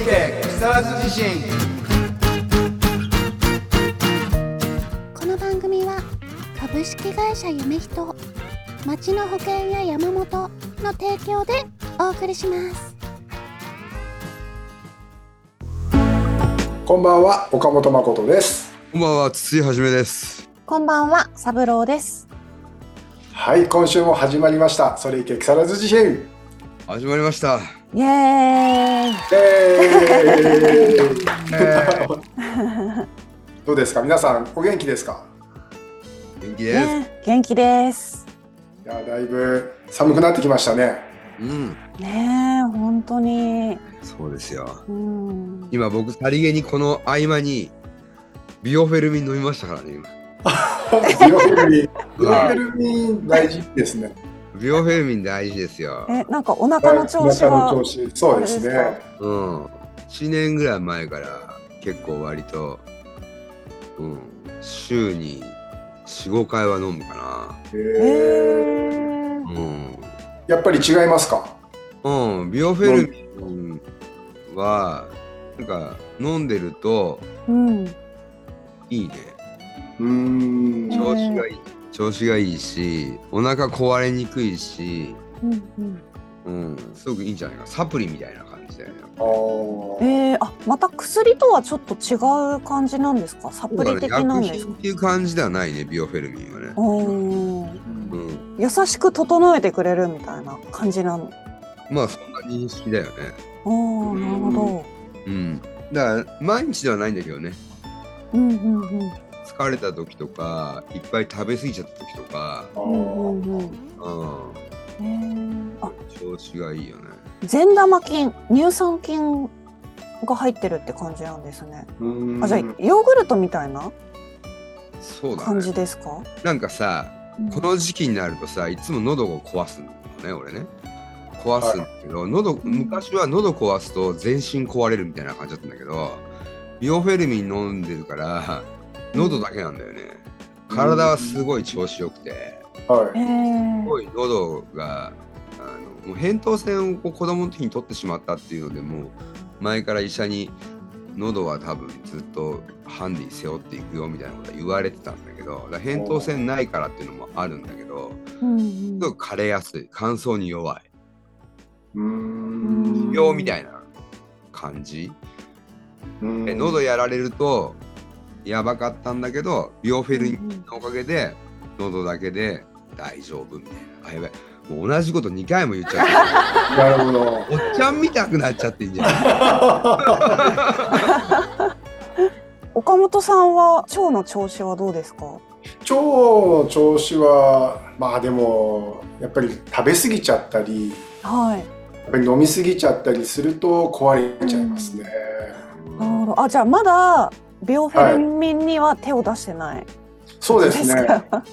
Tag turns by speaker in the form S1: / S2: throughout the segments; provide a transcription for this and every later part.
S1: 家木更津地震。
S2: この番組は株式会社夢人、町の保険や山本の提供でお送りします。
S3: こんばんは、岡本誠です。
S1: こんばんは、筒井はじめです。
S4: こんばんは、三郎です。
S3: はい、今週も始まりました。それいけ木更津地震。
S1: 始まりました。
S4: イエーイ。
S3: どうですか、皆さんお元気ですか？
S1: 元気です。
S4: 元気です。
S3: いや、だいぶ寒くなってきましたね。
S4: ねえ、本当に。
S1: そうですよ。
S4: 今
S1: 僕さりげにこの合間にビオフェルミン飲みましたからね。
S3: ビオフェルミン、ビオフェルミン大事ですね。
S1: ビオフェルミン大事ですよ。
S4: なんかお腹の調子は、
S3: そうですね。
S1: 1年ぐらい前から結構割と、週に 4,5 回は飲むかな。
S3: やっぱり違いますか？
S1: ビオフェルミンはなんか飲んでるといいね。調子がいいし、お腹壊れにくいし、すごくいいんじゃないか。サプリみたいな感じだよね。
S4: また薬とはちょっと違う感じなんですか？サプリ的なんですか？
S1: 薬品っていう感じではないね、ビオフェルミンはね。
S4: 優しく整えてくれるみたいな感じなの。
S1: まあそんな認識だよね。
S4: なるほど。
S1: だから毎日ではないんだけどね。疲れた時とか、いっぱい食べ過ぎちゃった時とか、調子がいいよね。
S4: 善玉菌、乳酸菌が入ってるって感じなんですね。じゃあヨーグルトみたいな感じですか？
S1: なんかさ、この時期になるとさ、いつも喉を壊すのね、俺ね。壊すんだけど、昔は喉壊すと全身壊れるみたいな感じだったんだけど、ビオフェルミン飲んでるから喉だけなんだよね。体はすごい調子よくて、すごい喉がもう扁桃腺を子供の時に取ってしまったっていうので、もう前から医者に喉は多分ずっとハンディ背負っていくよみたいなことは言われてたんだけど、扁桃腺ないからっていうのもあるんだけど、すごく枯れやすい、乾燥に弱い、持病みたいな感じ。喉やられるとやばかったんだけど、ビオフェルミンのおかげで喉だけで大丈夫みたいな。やばい、もう同じこと2回も言っちゃって
S3: なるほど。
S1: おっちゃんみたくなっちゃってんじゃん。
S4: 岡本さんは腸の調子はどうですか？
S3: 腸の調子はまあでもやっぱり食べ過ぎちゃったり、やっぱり飲み過ぎちゃったりすると壊れちゃいますね。
S4: なるほど。じゃあまだビオフェルミンには手を出してない。
S3: そうですね。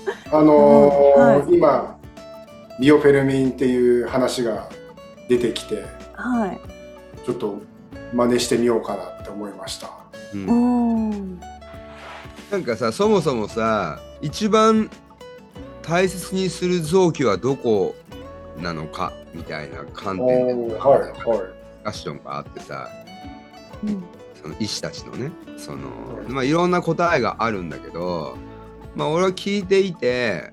S3: 今ビオフェルミンっていう話が出てきて、ちょっと真似してみようかなって思いました。
S1: なんかさ、そもそもさ、一番大切にする臓器はどこなのかみたいな観点でディスカッションがあってさ、その医師たちのね、いろんな答えがあるんだけど、俺は聞いていて、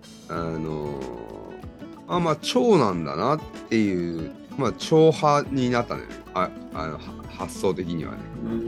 S1: 腸なんだなっていう、腸派になったんだよね。発想的にはね。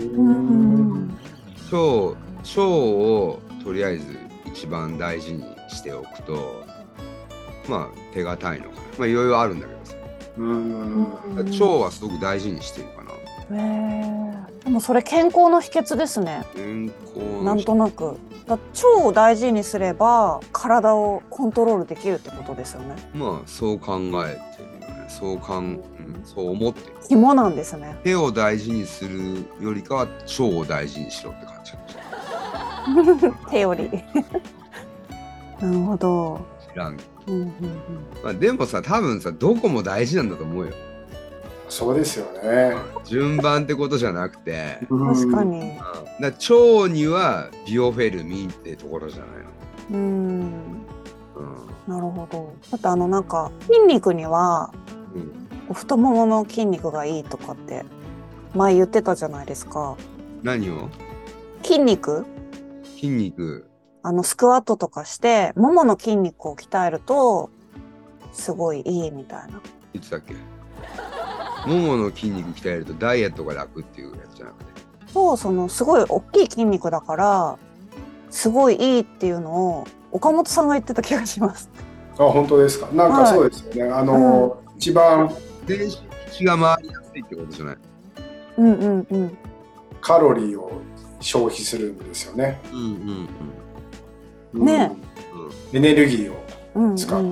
S1: 腸をとりあえず一番大事にしておくと、手堅いのかな。いろいろあるんだけどさ。腸はすごく大事にしてるかな。
S4: でもそれ健康の秘訣ですね。なんとなく。腸を大事にすれば体をコントロールできるってことですよね。
S1: そう考えてるよね。そう思ってる。
S4: 肝なんですね。
S1: 手を大事にするよりかは腸を大事にしろって感じかもしれない。
S4: 手より。なるほど。
S1: 知らんけど。でもさ、多分さ、どこも大事なんだと思うよ。
S3: そうですよね。
S1: 順番ってことじゃなくて。
S4: 確かに。
S1: 腸にはビオフェルミンってところじゃないの。
S4: なるほど。だってなんか筋肉には、太ももの筋肉がいいとかって前言ってたじゃないですか。
S1: 何を？
S4: 筋肉
S1: 筋肉。
S4: スクワットとかしてももの筋肉を鍛えるとすごいいいみたいな。
S1: 言ってたっけ？ももの筋肉鍛えるとダイエットが楽っていうやつじゃなくて。
S4: そう、すごい大きい筋肉だからすごいいいっていうのを岡本さんが言ってた気がします。
S3: あ、本当ですか。なんかそうですよね。一番
S1: 全身血が回りやすいってことじゃない？
S4: うんうんうん。
S3: カロリーを消費するんですよね。
S1: うんうん
S3: うん、
S4: ね
S3: エネルギーを
S4: うん
S3: 使う。
S1: うん。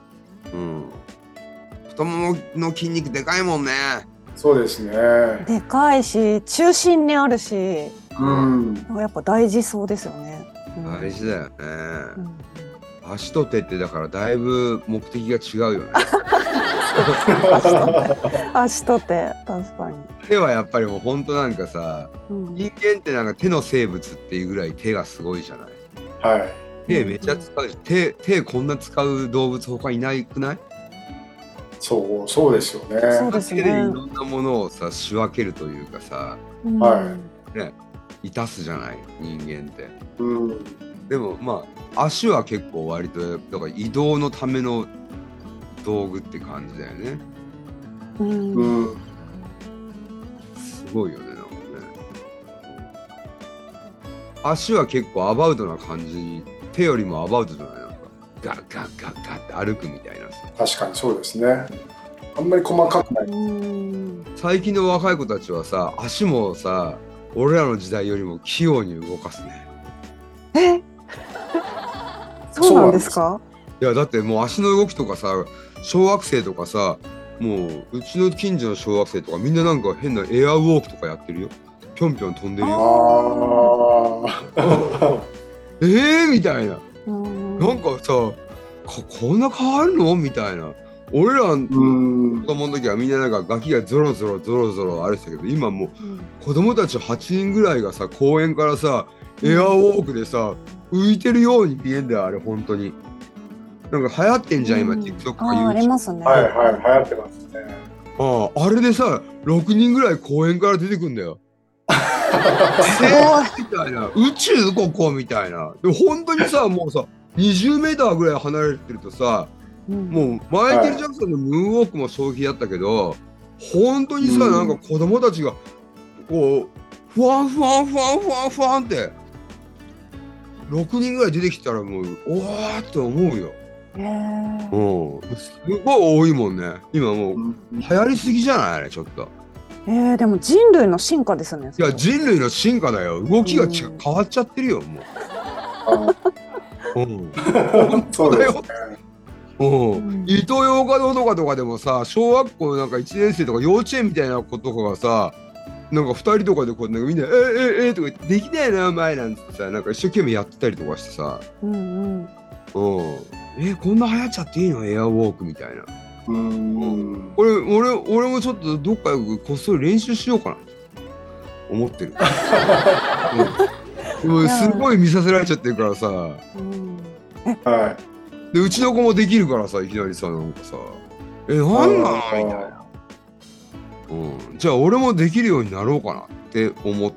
S1: 太ももの筋肉でかいもんね。
S3: そうですね。
S4: でかいし中心にあるし、
S3: うん。
S4: やっぱ大事そうですよね。
S1: 大事だよね。
S4: うん、
S1: 足と手ってだからだいぶ目的が違うよね。
S4: 足と手、確かに。
S1: 手はやっぱりもうほんとなんかさ、
S4: うん
S1: 人間ってなんか手の生物っていうぐらい手がすごいじゃない。
S3: はい。
S1: 手めっちゃ使うし、手こんな使う動物他いないくない？
S3: そうですよね。
S4: そうですね。
S1: 手でいろんなものをさ仕分けるというかさ、
S3: は
S1: ね、いたすじゃない人間って。
S3: うん。
S1: でもまあ足は結構割とだから移動のための道具って感じだよね。
S3: うん。
S1: すごいよねなんかね。足は結構アバウトな感じに、手よりもアバウトじゃない？なんかガッガッガッガッって歩くみたいなさ。
S3: 確かにそうですね。あんまり細かくない。
S1: 最近の若い子たちはさ、足もさ、俺らの時代よりも器用に動かすね。
S4: えそうなんですか？
S1: いやだってもう足の動きとかさ、小学生とかさ、もううちの近所の小学生とかみんななんか変なエアウォークとかやってるよ。ぴょんぴょん飛んでるよ。みたいな。なんかさ、こんな変わるのみたいな。俺ら子供の時はみんななんかガキがゾロゾロ歩いてたけど、今もう子供たち8人ぐらいがさ、公園からさエアウォークでさ浮いてるように見えんだよ、あれ本当に。なんか流行ってんじゃん、今 TikTok とか YouTube。
S4: ありますね。
S3: はいはい、流行ってますね。
S1: あれでさ6人ぐらい公園から出てくんだよ。みたいな、宇宙ここみたいな。でも本当にさ、もうさ20メーターぐらい離れてるとさ、もうマイケル・ジャクソンのムーンウォークも衝撃だったけど、本当にさ、なんか子供たちがこうふわんふわんふわんふわんふわんって6人ぐらい出てきたらもうおわーって思うよ。すごい多いもんね今。もう流行りすぎじゃないあれちょっと。
S4: でも人類の進化ですね。
S1: いや人類の進化だよ。動きが変わっちゃってるよもう。
S3: そうですね。
S1: イトーヨーカドーとかでもさ、小学校なんか1年生とか幼稚園みたいな子とかがさ、なんか2人とかでこうなんかみんなとか言ってできないなお前なんてさ、なんか一生懸命やってたりとかしてさ、こんな流行っちゃっていいのエアウォークみたいな。俺もちょっとどっかこっそり練習しようかな思ってる。すごい見させられちゃってるからさ。でうちの子もできるからさ、いきなりさ、なんかさなんなのみたいな。じゃあ俺もできるようになろうかなって思って、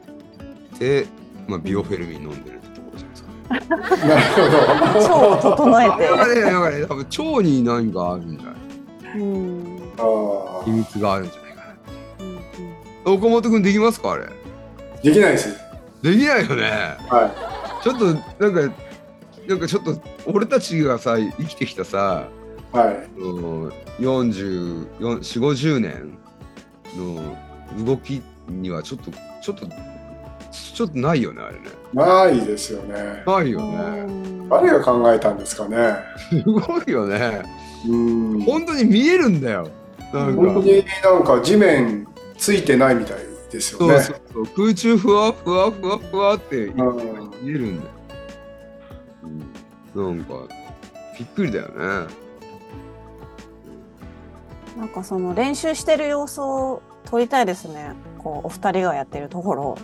S1: ビオフェルミン飲んでるってところじゃないですかね。
S3: なるほど。
S4: 腸を整えて。
S1: なんかね、多分腸に何かあるんじゃない？秘密があるんじゃないかな。岡本君できますかあれ？
S3: できないです。
S1: できないよね。ちょっとなんかちょっと俺たちがさ生きてきたさ、40、50年の動きにはちょっとないよねあれね。
S3: ないですよね。
S1: ないよね。
S3: 誰が考えたんですかね。
S1: すごいよね。本当に見えるんだよ。なんか
S3: 本当になんか地面ついてないみたいですよね。
S1: そう空中ふわふわふわふわって見えるんだよ。なんかびっくりだよね。
S4: なんかその練習してる様子を撮りたいですね。こうお二人がやってるところを。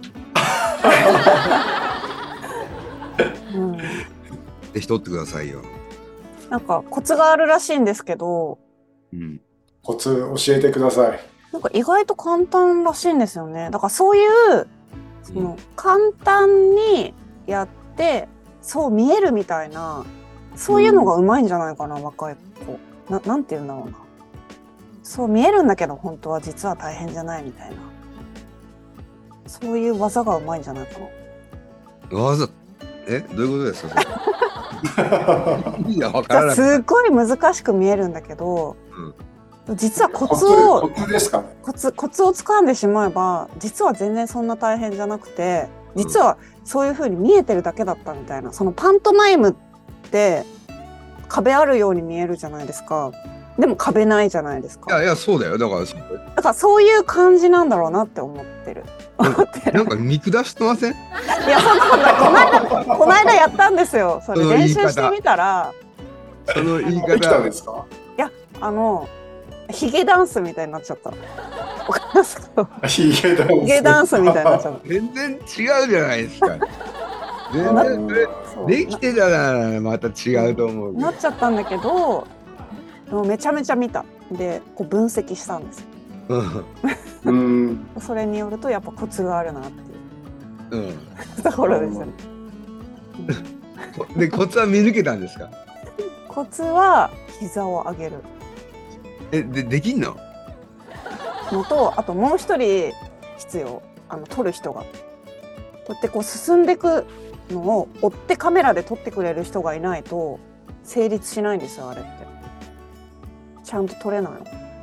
S1: ぜひ撮ってくださいよ。
S4: なんかコツがあるらしいんですけど。
S3: コツ教えてください。
S4: なんか意外と簡単らしいんですよね。だからそういうその簡単にやってそう見えるみたいな、そういうのがうまいんじゃないかな、若い子。なんていうんだろうな。そう見えるんだけど本当は実は大変じゃないみたいな。そういう技がうまいんじゃないかな。
S1: 技？どういうことですか？いや、わからない。
S4: すっごい難しく見えるんだけど、実はコツ
S3: ですかね。
S4: コツを掴んでしまえば、実は全然そんな大変じゃなくて、実はそういう風に見えてるだけだったみたいな。そのパントマイムって壁あるように見えるじゃないですか。でも壁ないじゃないですか。
S1: いやそうだよ。だから
S4: そういう感じなんだろうなって思ってる。
S1: なんか見下してません？
S4: いや、そんなことない。この間やったんですよ。それ練習してみたら。
S1: その言い方。
S3: できたんですか？
S4: いや、ヒゲダンスみたいになっちゃった。わかりますか？ヒゲダンスみたいになっちゃった。
S1: 全然違うじゃないですか。全然できてたらまた違うと思う。
S4: なっちゃったんだけど、もうめちゃめちゃ見た。で、こう分析したんですよ。それによるとやっぱコツがあるなっていうところですね。
S1: で、コツは見抜けたんですか？
S4: コツは膝を上げる。
S1: できんの？
S4: のと、あともう一人必要。撮る人が。こうやってこう進んでいくのを追ってカメラで撮ってくれる人がいないと成立しないんですよ、あれって。ちゃんと撮れない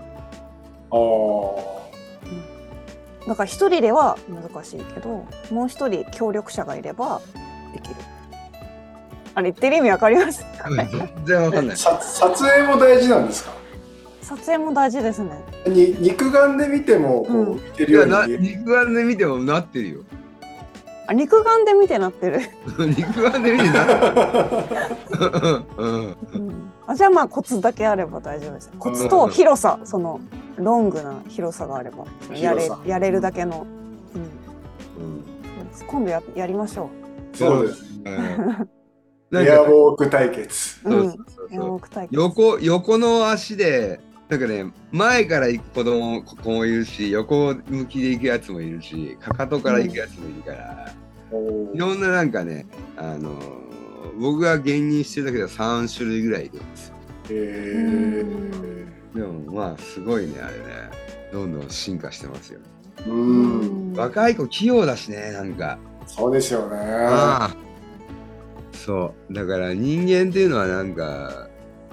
S4: の。だから一人では難しいけど、もう一人協力者がいればできる。あれ言ってる意味わかりますか？
S1: 全然わかんない。
S3: 撮影も大事なんですか？
S4: 撮影も大事ですね。
S3: 肉眼で見てもこう見てるように見える。
S1: 肉眼で見てもなってるよ。
S4: 肉眼で見てなってる。
S1: 肉眼で見てなってる。
S4: じゃあまあコツだけあれば大丈夫です。コツと広さ、そのロングな広さがあればやれるだけの。今度やりましょ
S3: う。そうです。エアウォーク対決。
S1: 横の足でなんかね、前から行く子もいるし、横向きで行くやつもいるし、かかとから行くやつもいるから、いろんななんかね、僕が現任してるだけでは3種類ぐらいいるんですよ。でもまあすごいね、あれね、どんどん進化してますよ。若い子器用だしね、なんか。
S3: そうですよね。
S1: そうだから人間っていうのはなんか、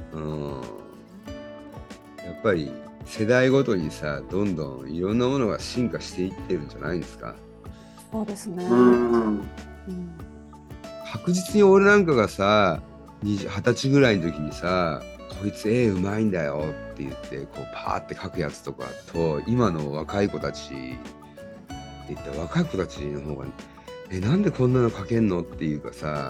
S1: やっぱり世代ごとにさ、どんどんいろんなものが進化していってるんじゃないですか。
S4: そうですね。
S1: 確実に俺なんかがさ、20歳ぐらいの時にさ、こいつ絵うまいんだよって言ってこうパーって描くやつとかと、今の若い子たちって言ったら若い子たちの方がなんでこんなの描けんのっていうかさ、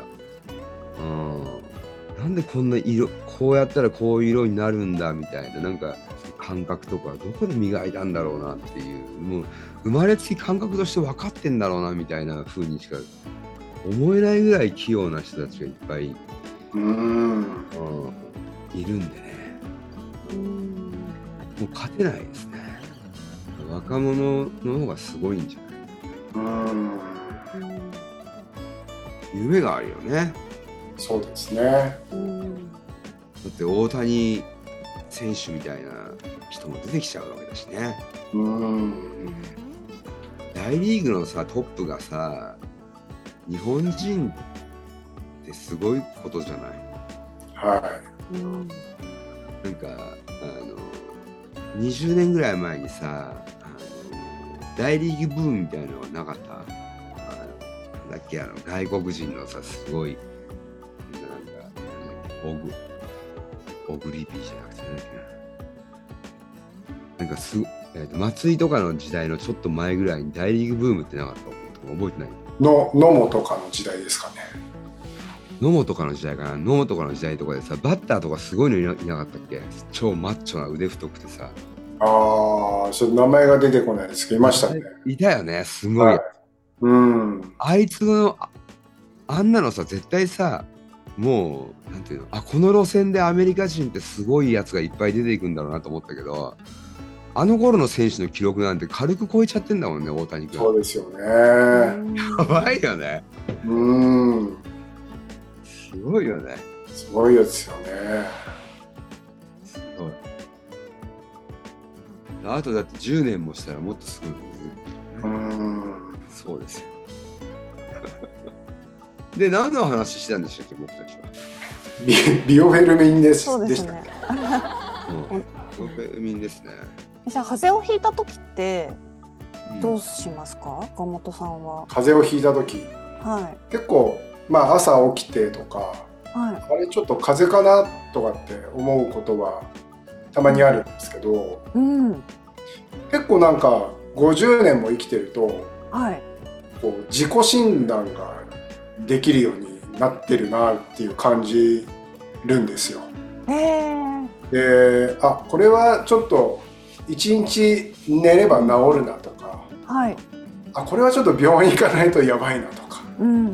S1: なんでこんな色、こうやったらこういう色になるんだみたいな、なんか感覚とかどこで磨いたんだろうなっていう、もう生まれつき感覚として分かってんだろうなみたいな風にしか思えないぐらい器用な人たちがいっぱいいるんでね、もう勝てないですね。若者の方がすごいんじゃない？夢があるよね。
S3: そうですね。だ
S1: って大谷選手みたいな人も出てきちゃうわけだしね。大リーグのさトップがさ、日本人ってすごいことじゃない？
S3: はい。
S1: なんか20年ぐらい前にさ、大リーグブームみたいなのはなかった？だっけ、外国人のさ、すごいオグリピーじゃなくてなんか松井とかの時代のちょっと前ぐらいに大リーグブームってなかった？覚えてない？
S3: 野茂とかの時代ですかね。
S1: 野茂とかの時代かな。野茂とかの時代とかでさ、バッターとかすごいのいなかったっけ？超マッチョな腕太くてさ。
S3: ちょっと名前が出てこないですけどいましたね。
S1: いたよね、すごい。あいつのあんなのさ、絶対さ、もうなんていうの、この路線でアメリカ人ってすごいやつがいっぱい出ていくんだろうなと思ったけど、 あの頃の選手の記録なんて軽く超えちゃってんだもんね、大谷君。
S3: そうですよね。
S1: やばいよね。すごいよね。
S3: すごいですよね。
S1: すごい。あとだって10年もしたらもっとすごいもんね。そうですよ。で、何の話してたんでしたっけ、僕たちは。
S3: ビオフェルミンです。
S4: そうですね。
S1: ビオフェルミンですね。
S4: じゃあ風邪をひいた時ってどうしますか、岡本さんは。
S3: 風邪をひいた時、結構朝起きてとか、あれちょっと風邪かなとかって思うことはたまにあるんですけど、結構なんか50年も生きてると、こう自己診断ができるようになってるなっていう感じるんですよ。で、これはちょっと1日寝れば治るなとか、これはちょっと病院行かないとやばいなとか、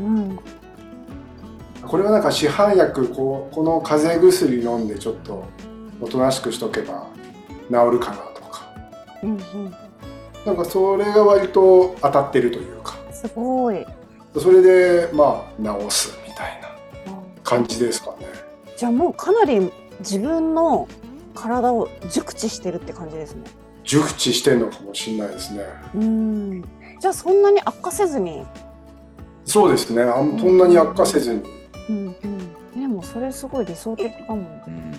S3: これはなんか市販薬この風邪薬飲んでちょっとおとなしくしとけば治るかなとか、なんかそれが割と当たってるというか、
S4: すごい。
S3: それで治すみたいな感じですかね。
S4: じゃあもうかなり自分の体を熟知してるって感じですね。
S3: 熟知してるのかもしれないですね。
S4: じゃあそんなに悪化せずに。
S3: そうですね。そんなに悪化せずに。
S4: でもそれすごい理想的かも。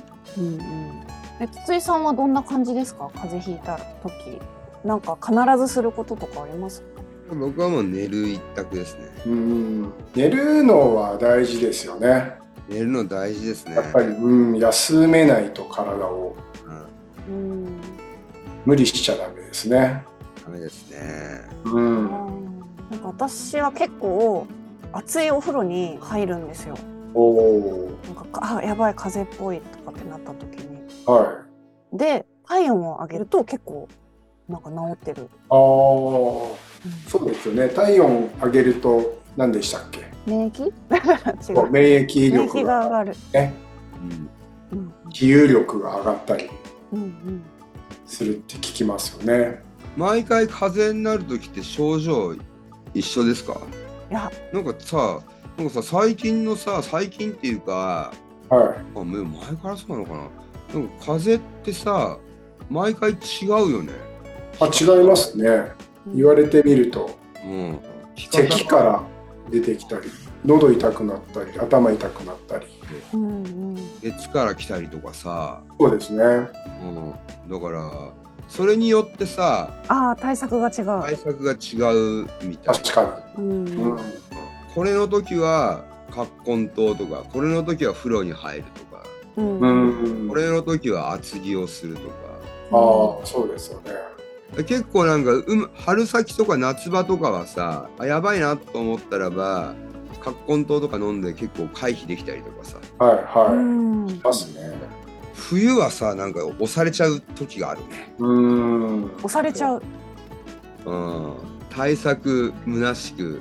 S4: 筒井さんはどんな感じですか？風邪ひいた時、なんか必ずすることとかありますか？
S1: 僕はもう寝る一択ですね。
S3: 寝るのは大事ですよね。
S1: 寝るの大事ですね。
S3: やっぱり、休めないと体を、無理しちゃダメですね。
S1: ダメですね。
S4: なんか私は結構熱いお風呂に入るんですよ。なんかやばい風邪っぽいとかってなった時に。で体温を上げると結構なんか治ってる。そうですよね。体温上げると何でしたっけ？免疫？違う。免疫力が上がる。治癒力が上がったりするって聞きますよね。
S1: 毎回風邪になる時って症状一緒ですか？
S4: いや、
S1: なんかさ最近っていうか、前からそうなのかな。なんか風邪ってさ毎回違うよね。
S3: 違いますね。言われてみると、咳から出てきたり、喉痛くなったり、頭痛くなったり、
S1: 熱から来たりとかさ。
S3: そうですね。
S1: だからそれによってさ、
S4: 対策が違う。
S1: 対策が違うみたいな。
S3: 確かに。
S1: これの時は葛根湯とか、これの時は風呂に入るとか、これの時は厚着をするとか。そうですよね。結構なんか春先とか夏場とかはさ、やばいなと思ったらば葛根湯とか飲んで結構回避できたりとかさ。しますね。冬はさ、なんか押されちゃう時があるね。
S4: 押されちゃう。
S1: 対策虚しく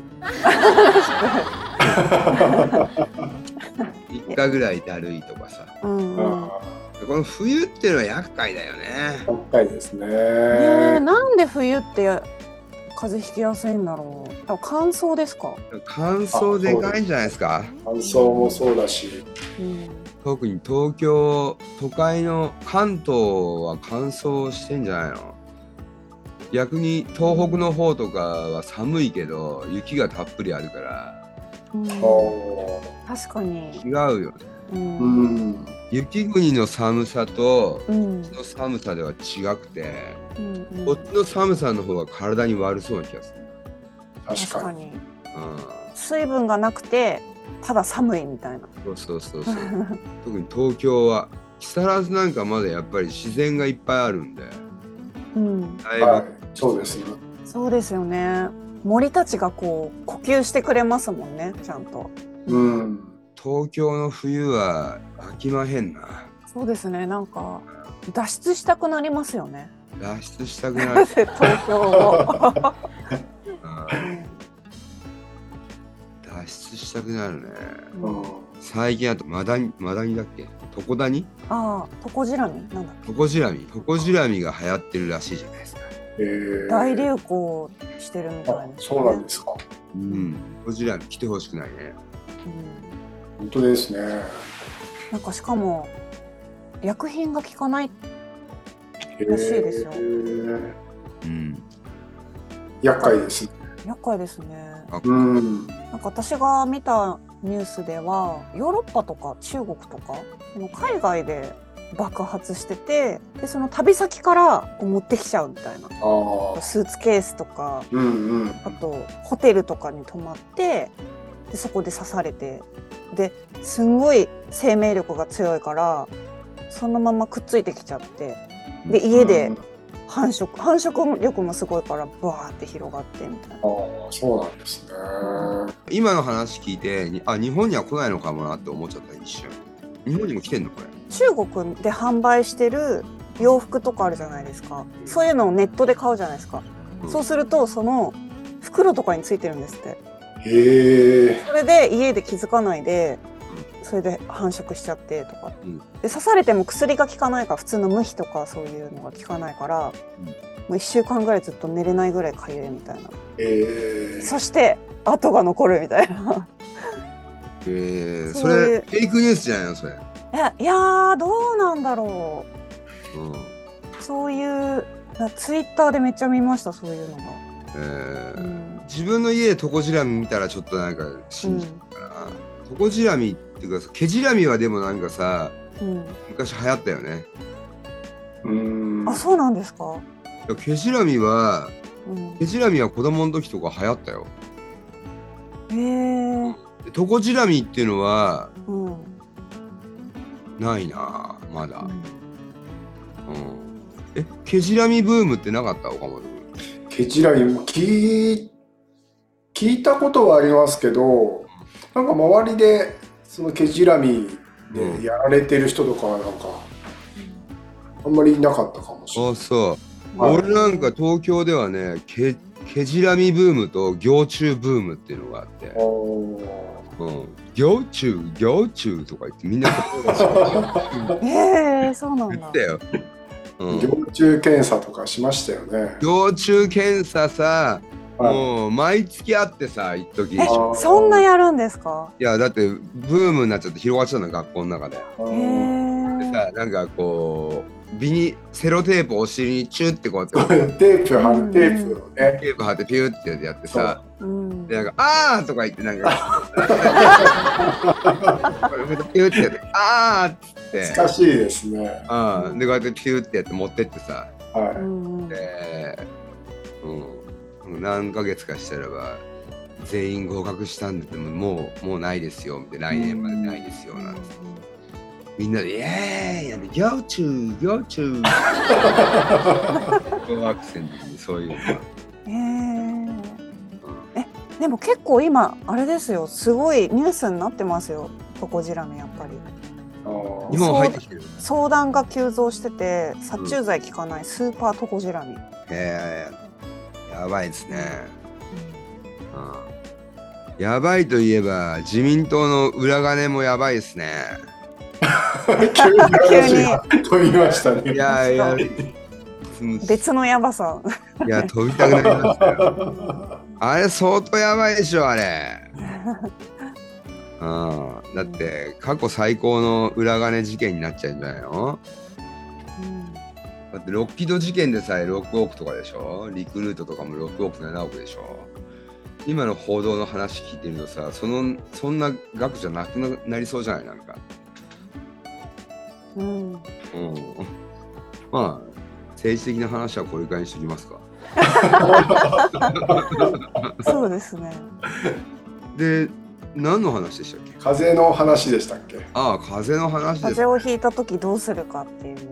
S1: 3日ぐらいだるいとかさ。この冬っていうのは厄介だよね。厄介ですね。
S4: なんで冬って風邪ひきやすいんだろう。乾燥ですか？
S1: 乾燥でかいんじゃないですか。
S3: 乾燥もそうだし、
S1: 特に東京都会の関東は乾燥してんじゃないの？逆に東北の方とかは寒いけど雪がたっぷりあるから、
S4: 確かに
S1: 違うよね。雪国の寒さとこっちの寒さでは違くて、こっちの寒さの方が体に悪そうな気がする。
S4: 確かに。水分がなくてただ寒いみたいな。
S1: そう特に東京は木更津なんかまだやっぱり自然がいっぱいあるんで、そうですね。
S4: そうですよね。森たちがこう呼吸してくれますもんね、ちゃんと。
S1: 東京の冬は飽きまへんな。
S4: そうですね。なんか脱出したくなりますよね。
S1: 脱出したくなる。
S4: 東京を
S1: 脱出したくなるね。 最近あとマダニだっけ、トコダニ、
S4: ああ、トコジラミなんだっけ。
S1: トコジラミが流行ってるらしいじゃないですか。
S4: 大流行してるみたいですね。
S3: そうなんですか。
S1: うん、トコジラミ来てほしくないね。
S3: 本当ですね。
S4: なんかしかも薬品が効かないらしいですよ。
S1: うん、
S3: 厄介ですね。
S4: 厄介ですね。なんか私が見たニュースではヨーロッパとか中国とか海外で爆発してて、でその旅先からこう持ってきちゃうみたいな、スーツケースとか、あとホテルとかに泊まって、でそこで刺されて、ですんごい生命力が強いからそのままくっついてきちゃって、で家で繁殖力もすごいからブワーって広がってみたいな。
S3: そうなんですね。
S1: 今の話聞いて、日本には来ないのかもなって思っちゃった一瞬。日本にも来てんのこれ。
S4: 中国で販売してる洋服とかあるじゃないですか。そういうのをネットで買うじゃないですか。そうするとその袋とかについてるんですって。それで家で気づかないで、それで繁殖しちゃってとか、で刺されても薬が効かないから、普通の無比とかそういうのが効かないから、もう1週間ぐらいずっと寝れないぐらいかゆいみたいな、そして跡が残るみたいな
S1: それフェイクニュースじゃないのそれ。
S4: いやどうなんだろう、そういうツイッターでめっちゃ見ました、そういうのが。自
S1: 分の家でトコジラミ見たらちょっとなんか信じるから、トコジラミっていうかケジラミはでもなんかさ、昔流行ったよね。
S4: あ、そうなんですか。
S1: ケジラミは子供の時とか流行ったよ。トコジラミっていうのは、ないなまだ。ケジラミブームってなかった？岡本君。
S3: ケジラミも聞いたことはありますけど、なんか周りでそのケジラミでやられてる人とかはなんかあんまりいなかったかもしれない。
S1: そう、俺なんか東京ではね、ケジラミブームと行虫ブームっていうのがあって、行虫とか言ってみんな
S4: そうなんだ。
S1: 言ったよ。
S3: 行虫検査とかしましたよね。
S1: 行虫検査さ、もう毎月あってさ、一時。
S4: そんなやるんですか？い
S1: やだってブームになっちゃって広がっちゃうの、学校の中で。でさ、なんかこうセロテープをお尻にチュってこうやって
S3: テープをね、
S1: テープ貼ってピューってやってさ、でなんかあーとか言ってなんかピューってやってあーっつって、
S3: 懐かしいですね。
S1: でこうやってピューってやって持ってってさ、で何ヶ月かしたらば全員合格したんで、もうないですよって、来年までないですよなんて、みんなでイエーイやって行虫小学生の時にそういうの。
S4: でも結構今あれですよ、すごいニュースになってますよ、トコジラミ。やっぱり
S1: 今入ってきてる。
S4: 相談が急増してて、殺虫剤効かないスーパートコジラミ。
S1: やばいですね。やばいといえば自民党の裏金もやばいですね。
S3: 急に飛びましたね。
S1: いや
S4: 別のやばさ。
S1: いや飛びたくなりましたよ。あれ相当やばいでしょあれ。だって過去最高の裏金事件になっちゃうんじゃないの？だってロッキード事件でさえ6億とかでしょ。リクルートとかも6億7億でしょ。今の報道の話聞いてるとさ、そんな額じゃなくなりそうじゃない？なんかまあ政治的な話はこれくらいにしておきますか。
S4: そうですね。
S1: で何の話でしたっけ？
S3: 風の話でしたっけ？
S1: 風の話です。
S4: 風邪をひいた時どうするかっていう。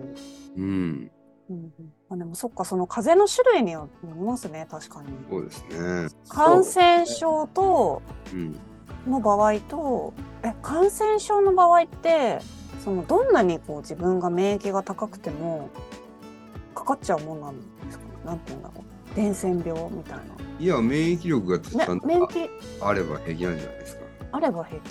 S4: でもそっか、その風邪の種類によりますね、確かに。
S1: そうですね。
S4: 感染症との場合と、感染症の場合ってそのどんなにこう自分が免疫が高くてもかかっちゃうもんなんですかね。なんていうんだろう、伝染病みたいな。
S1: いや免疫力がちゃんとあれば平気なんじゃないですか。
S4: あれば平気。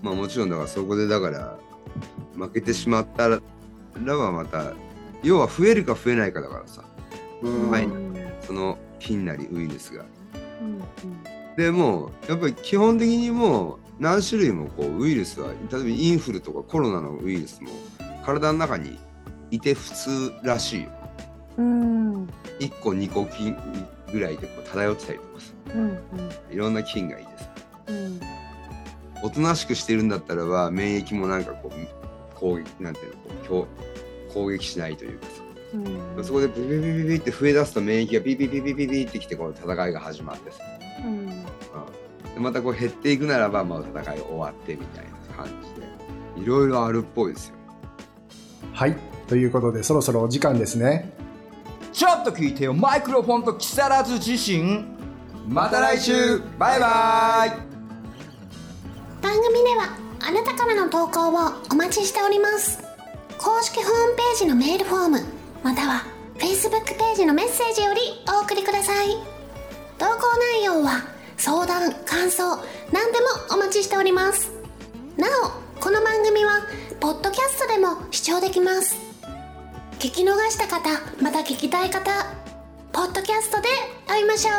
S1: まあもちろんだからそこでだから負けてしまったらはまた要は増えるか増えないかだからさ、はい、その菌なりウイルスが、でもうやっぱり基本的にもう何種類もこうウイルスは例えばインフルとかコロナのウイルスも体の中にいて普通らしいよ。1個2個菌ぐらいでこう漂ってたりとかさ、いろんな菌がいてさ、おとなしくしてるんだったらば免疫もなんかこう攻撃なんていうのこう攻撃しないというかさ、そこでビビビビビって増え出すと免疫がビビビビビビってきてこの戦いが始まってさ、でまたこう減っていくならばまあ戦い終わってみたいな感じでいろいろあるっぽいですよ。
S5: はい、ということでそろそろお時間ですね。
S6: ちょっと聞いてよマイクロフォンと木更津自身。また来週バイバイ。
S2: 番組ではあなたからの投稿をお待ちしております。公式ホームページのメールフォームまたは Facebook ページのメッセージよりお送りください。投稿内容は相談、感想何でもお待ちしております。なおこの番組はポッドキャストでも視聴できます。聞き逃した方また聞きたい方ポッドキャストで会いましょ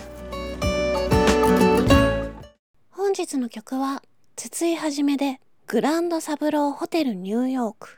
S2: う。本日の曲は筒井はじめでグランドサブローホテルニューヨーク。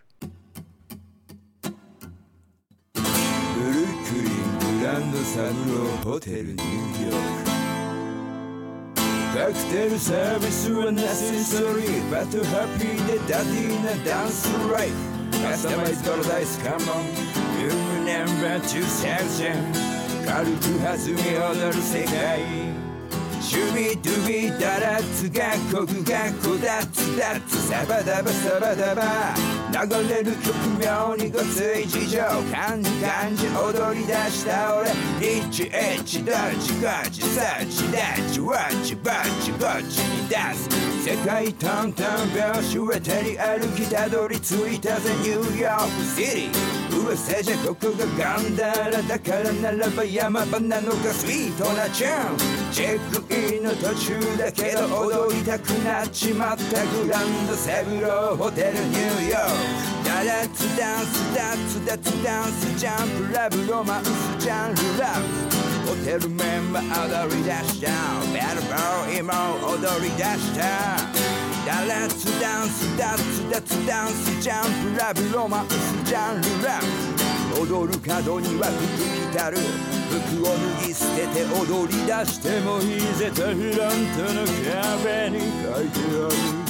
S7: ブルックリングランドサブローホテルニューヨーク。カクテルサービスはナセサリーバットハッピーでダディーなダンスライフ。カスタマイズパラダイスカモンルームナンバー2000軽く弾み踊る世界。シュビドゥビダラッツがコクがこだつだつサバダバサバダバ流れる曲妙にごつい事情感じ踊り出した俺リッチエッチドッチゴッチサッチダッチワッチバッチゴッチに出す世界トントン拍子は手に歩きたどり着いたぜニューヨークシティ噂じゃここがガンダラだからならば山場なのかスイートなチューンチェックインの途中だけど踊りたくなっちまったグランドセブローホテルニューヨークダラッツダンスダッツダッツダンスジャンプラブロマンスジャンルラブホテルメンバー踊り出したベルボーイも踊り出したダラッツダンスダッツダッツダンスジャンプラブロマンスジャンルラブ踊る角には服着たる服を脱ぎ捨てて踊り出してもいいぜとフロントの壁に書いてある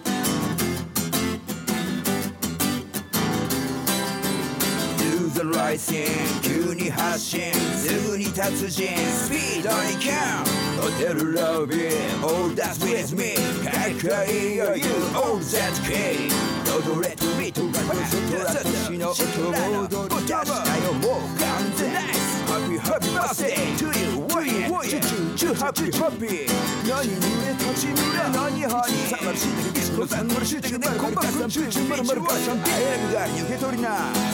S7: ライシン急に発進すぐに達人スピードにキャンホテルロビー All that's with me かっこいいよ You all that key 踊れとビートが私の音を踊り出したよもう完全 Happy Happy Birthday to you Why Happy Happy 何に立ち見れ何ハニー探していつのさんのしってくねコンパクト中中丸々バーシャンビームが受け取りな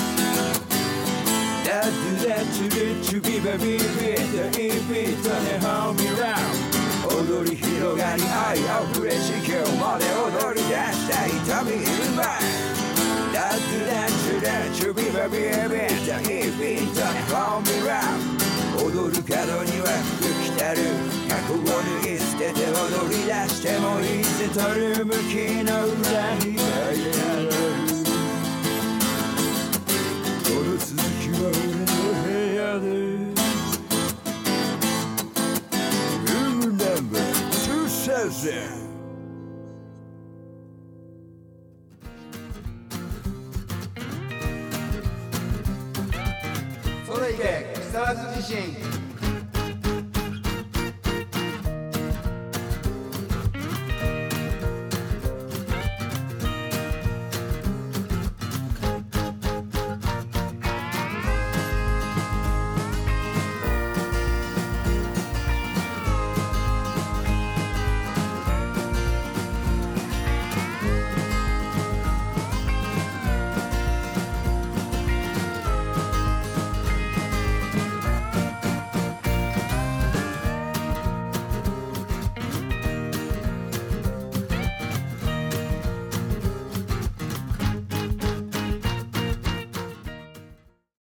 S7: だってだってチュビバビビッタイビッタねハミラウン踊り広がり愛あふれし今日まで踊り出した痛みいるまいだってだってだチュビバビビッタイビッタねハミラウン踊る角には服着たる過去を脱ぎ捨てて踊り出してもいいぜとる向きの裏に書いてあるこの続きは俺の部屋でルームナンバー2000
S6: それいけ木更津地震